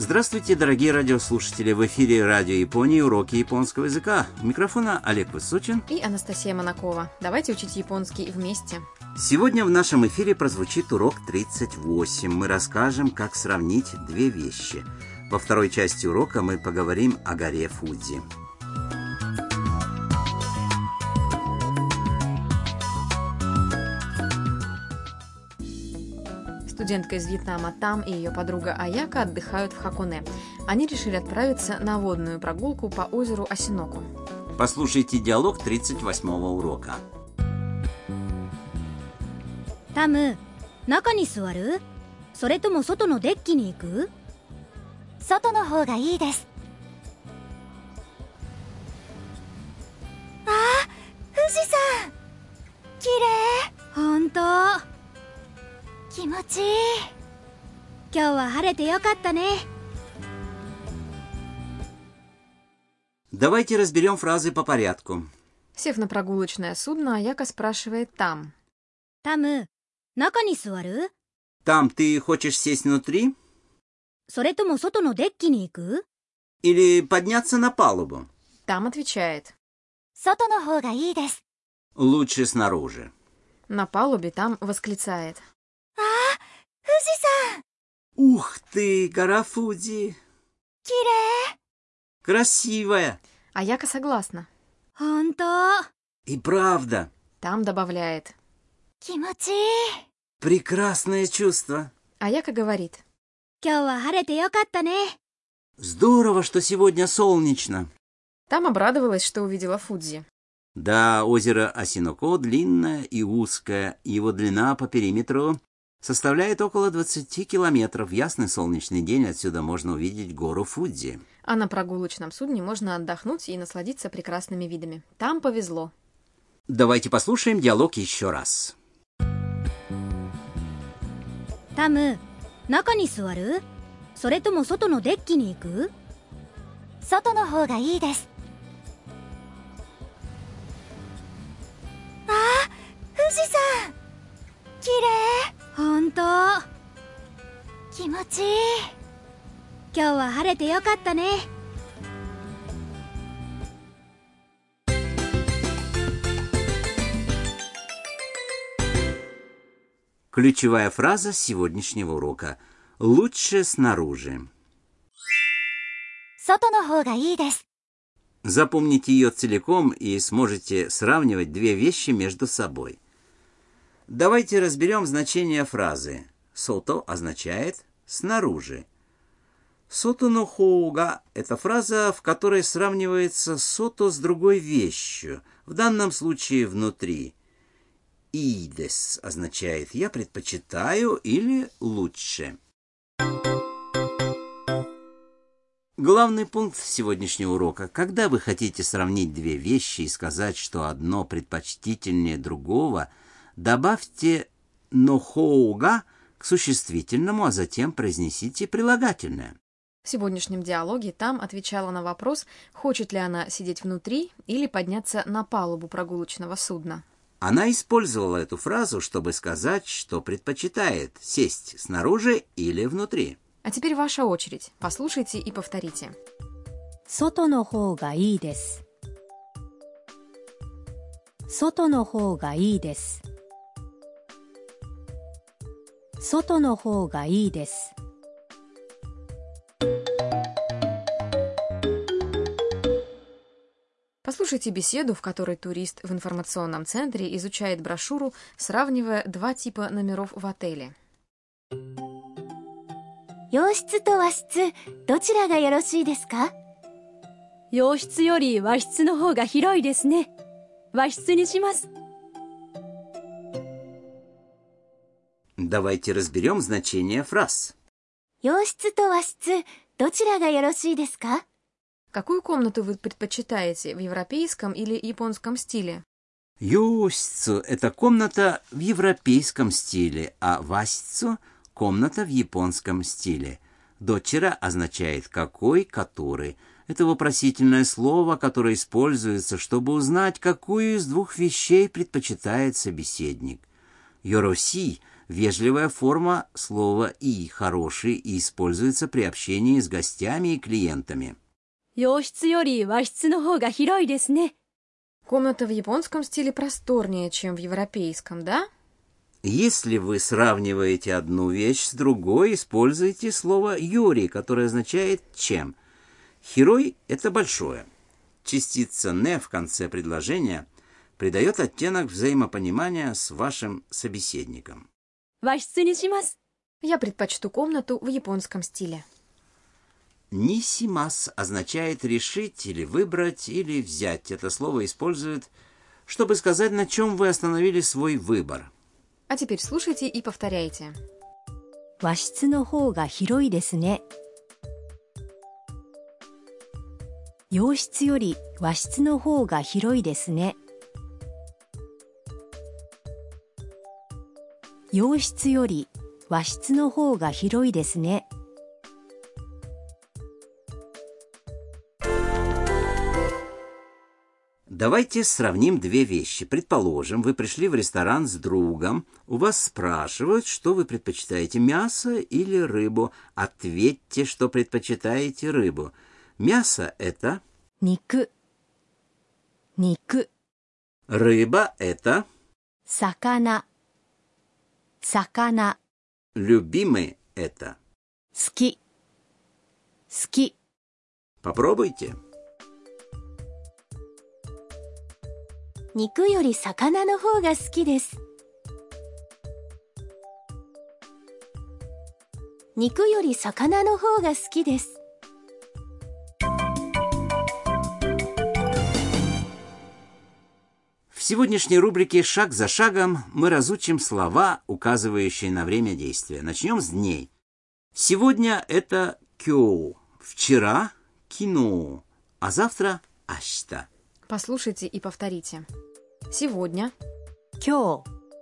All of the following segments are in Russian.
Здравствуйте, дорогие радиослушатели! В эфире Радио Японии уроки японского языка. У микрофона Олег Высочин и Анастасия Монакова. Давайте учить японский вместе. Сегодня в нашем эфире прозвучит урок 38. Мы расскажем, как сравнить две вещи. Во второй части урока мы поговорим о горе Фудзи. Студентка из Вьетнама Там и ее подруга Аяка отдыхают в Хаконе. Они решили отправиться на водную прогулку по озеру Осиноку. Послушайте диалог 38-го урока. Там, 中に座る？それとも外のデッキに行く？外の方がいいです。あ、富士山！綺麗！ほんと。気持ちいい。今日は晴れてよかったね。 Давайте разберем фразы по порядку. Сев на прогулочное судно, Аяка спрашивает Там. Там, 中に座る？ Там ты хочешь сесть внутри? それとも外のデッキに行く？ Или подняться на палубу? Там отвечает. 外の方がいいです。 Лучше снаружи. На палубе Там восклицает. あ、富士山！ Ух ты, гора Фудзи! 綺麗！ Красивая! Аяка согласна. ほんと。 И правда, Там добавляет. 気持ちいい。 прекрасное чувство. Аяка говорит. 今日は晴れてよかったね。 Здорово, что сегодня солнечно. Там обрадовалась, что увидела Фудзи. Да, озеро Осиноко длинное и узкое. Его длина по периметру составляет около 20 километров. В ясный солнечный день отсюда можно увидеть гору Фудзи. А на прогулочном судне можно отдохнуть и насладиться прекрасными видами. Там повезло. Давайте послушаем диалог еще раз. Там, 中に座る？それとも外のデッキに行く？外の方がいいです。あ、富士山！綺麗！ほんと。気持ちいい。今日は晴れてよかったね。 Ключевая фраза сегодняшнего урока. Лучше снаружи. 外の方がいいです。 Запомните ее целиком и сможете сравнивать две вещи между собой. Давайте разберем значение фразы. Сото означает «снаружи». Сото но хоуга – это фраза, в которой сравнивается сото с другой вещью, в данном случае внутри. Идес означает «я предпочитаю» или «лучше». Главный пункт сегодняшнего урока. Когда вы хотите сравнить две вещи и сказать, что одно предпочтительнее другого, добавьте «нохоуга» к существительному, а затем произнесите прилагательное. В сегодняшнем диалоге Там отвечала на вопрос, хочет ли она сидеть внутри или подняться на палубу прогулочного судна. Она использовала эту фразу, чтобы сказать, что предпочитает сесть снаружи или внутри. А теперь ваша очередь. Послушайте и повторите. 外の方がいいです。外の方がいいです。外の方がいいです。 Послушайте беседу, в которой турист в информационном центре изучает брошюру, сравнивая два типа номеров в отеле. 洋室と和室、どちらがよろしいですか？洋室より和室の方が広いですね。和室にします。 Давайте разберем значение фраз. 洋室と和室、どちらがよろしいですか？ Какую комнату вы предпочитаете, в европейском или японском стиле? Йосицу – это комната в европейском стиле, а васицу – комната в японском стиле. Дочера означает «какой», «который». Это вопросительное слово, которое используется, чтобы узнать, какую из двух вещей предпочитает собеседник. Йороси Вежливая форма слова «и» хороший и используется при общении с гостями и клиентами. 洋室より和室の方が広いですね。 Комната в японском стиле просторнее, чем в европейском, да? Если вы сравниваете одну вещь с другой, используйте слово «йори», которое означает «чем». Хирой – это большое. Частица «не» в конце предложения придает оттенок взаимопонимания с вашим собеседником. 和室にします。 Я предпочту комнату в японском стиле. «Нисимас» означает решить или выбрать или взять. Это слово используют, чтобы сказать, на чем вы остановили свой выбор. А теперь слушайте и повторяйте. 和室の方が広いですね。洋室より和室の方が広いですね。洋室より和室の方が広いですね。 Давайте сравним две вещи. Предположим, вы пришли в ресторан с другом, у вас спрашивают, что вы предпочитаете, мясо или рыбу. Ответьте, что предпочитаете рыбу. Мясо – это… 肉。肉。 Рыба – это… 魚。魚。 Любимый – это… 好き。好き。 Попробуйте. 肉より魚の方が好きです。肉より魚の方が好きです。 В сегодняшней рубрике «Шаг за шагом» мы разучим слова, указывающие на время действия. Начнем с дней. Сегодня это кё, вчера кино, а завтра ашта. Послушайте и повторите. Сегодня, 今日、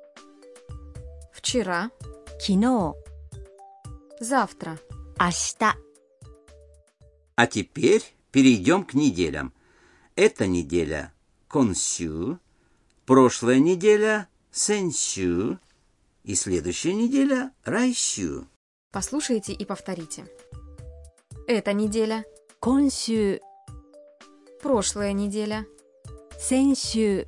вчера, 昨日、 завтра. 明日。 А теперь перейдем к неделям. Эта неделя консю, прошлая неделя сенсю и следующая неделя райсю. Послушайте и повторите. Эта неделя, 今週、 прошлая неделя, 先週、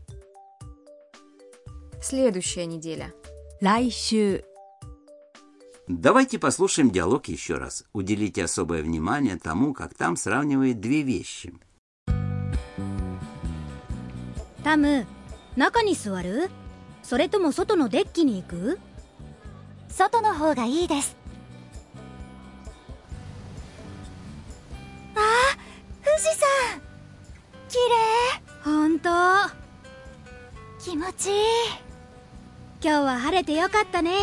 следующая неделя. 来週。 Давайте послушаем диалог еще раз. Уделите особое внимание тому, как там сравнивает две вещи. タム、中に座る？それとも外のデッキに行く？外の方がいいです。あ、富士山。綺麗。ほんと。気持ちいい。今日は晴れてよかったね。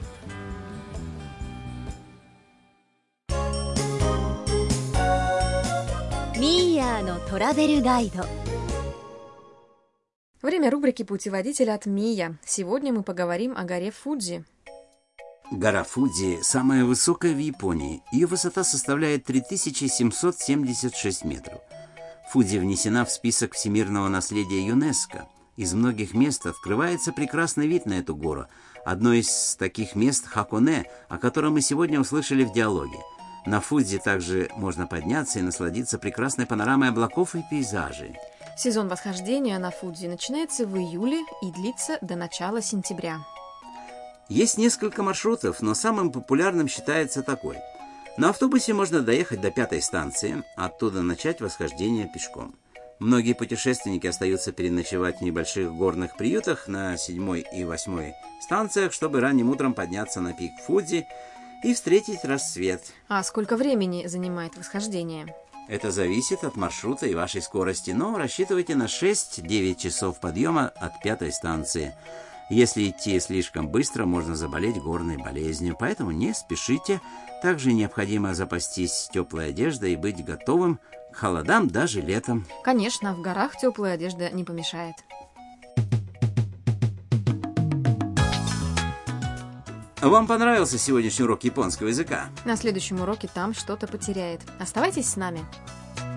ミーヤーのトラベルガイド。 Время рубрики «Путеводитель от Мия». Сегодня мы поговорим о горе Фудзи. Гора Фудзи самая высокая в Японии. Ее высота составляет 3776 метров. Фудзи внесена в список всемирного наследия ЮНЕСКО. Из многих мест открывается прекрасный вид на эту гору. Одно из таких мест – Хаконе, о котором мы сегодня услышали в диалоге. На Фудзи также можно подняться и насладиться прекрасной панорамой облаков и пейзажей. Сезон восхождения на Фудзи начинается в июле и длится до начала сентября. Есть несколько маршрутов, но самым популярным считается такой. На автобусе можно доехать до 5-й станции, оттуда начать восхождение пешком. Многие путешественники остаются переночевать в небольших горных приютах на 7-й и 8-й станциях, чтобы ранним утром подняться на пик Фудзи и встретить рассвет. А сколько времени занимает восхождение? Это зависит от маршрута и вашей скорости, но рассчитывайте на 6-9 часов подъема от 5-й станции. Если идти слишком быстро, можно заболеть горной болезнью, поэтому не спешите. Также необходимо запастись теплой одеждой и быть готовым к холодам даже летом. Конечно, в горах теплая одежда не помешает. Вам понравился сегодняшний урок японского языка? На следующем уроке там что-то потеряет. Оставайтесь с нами.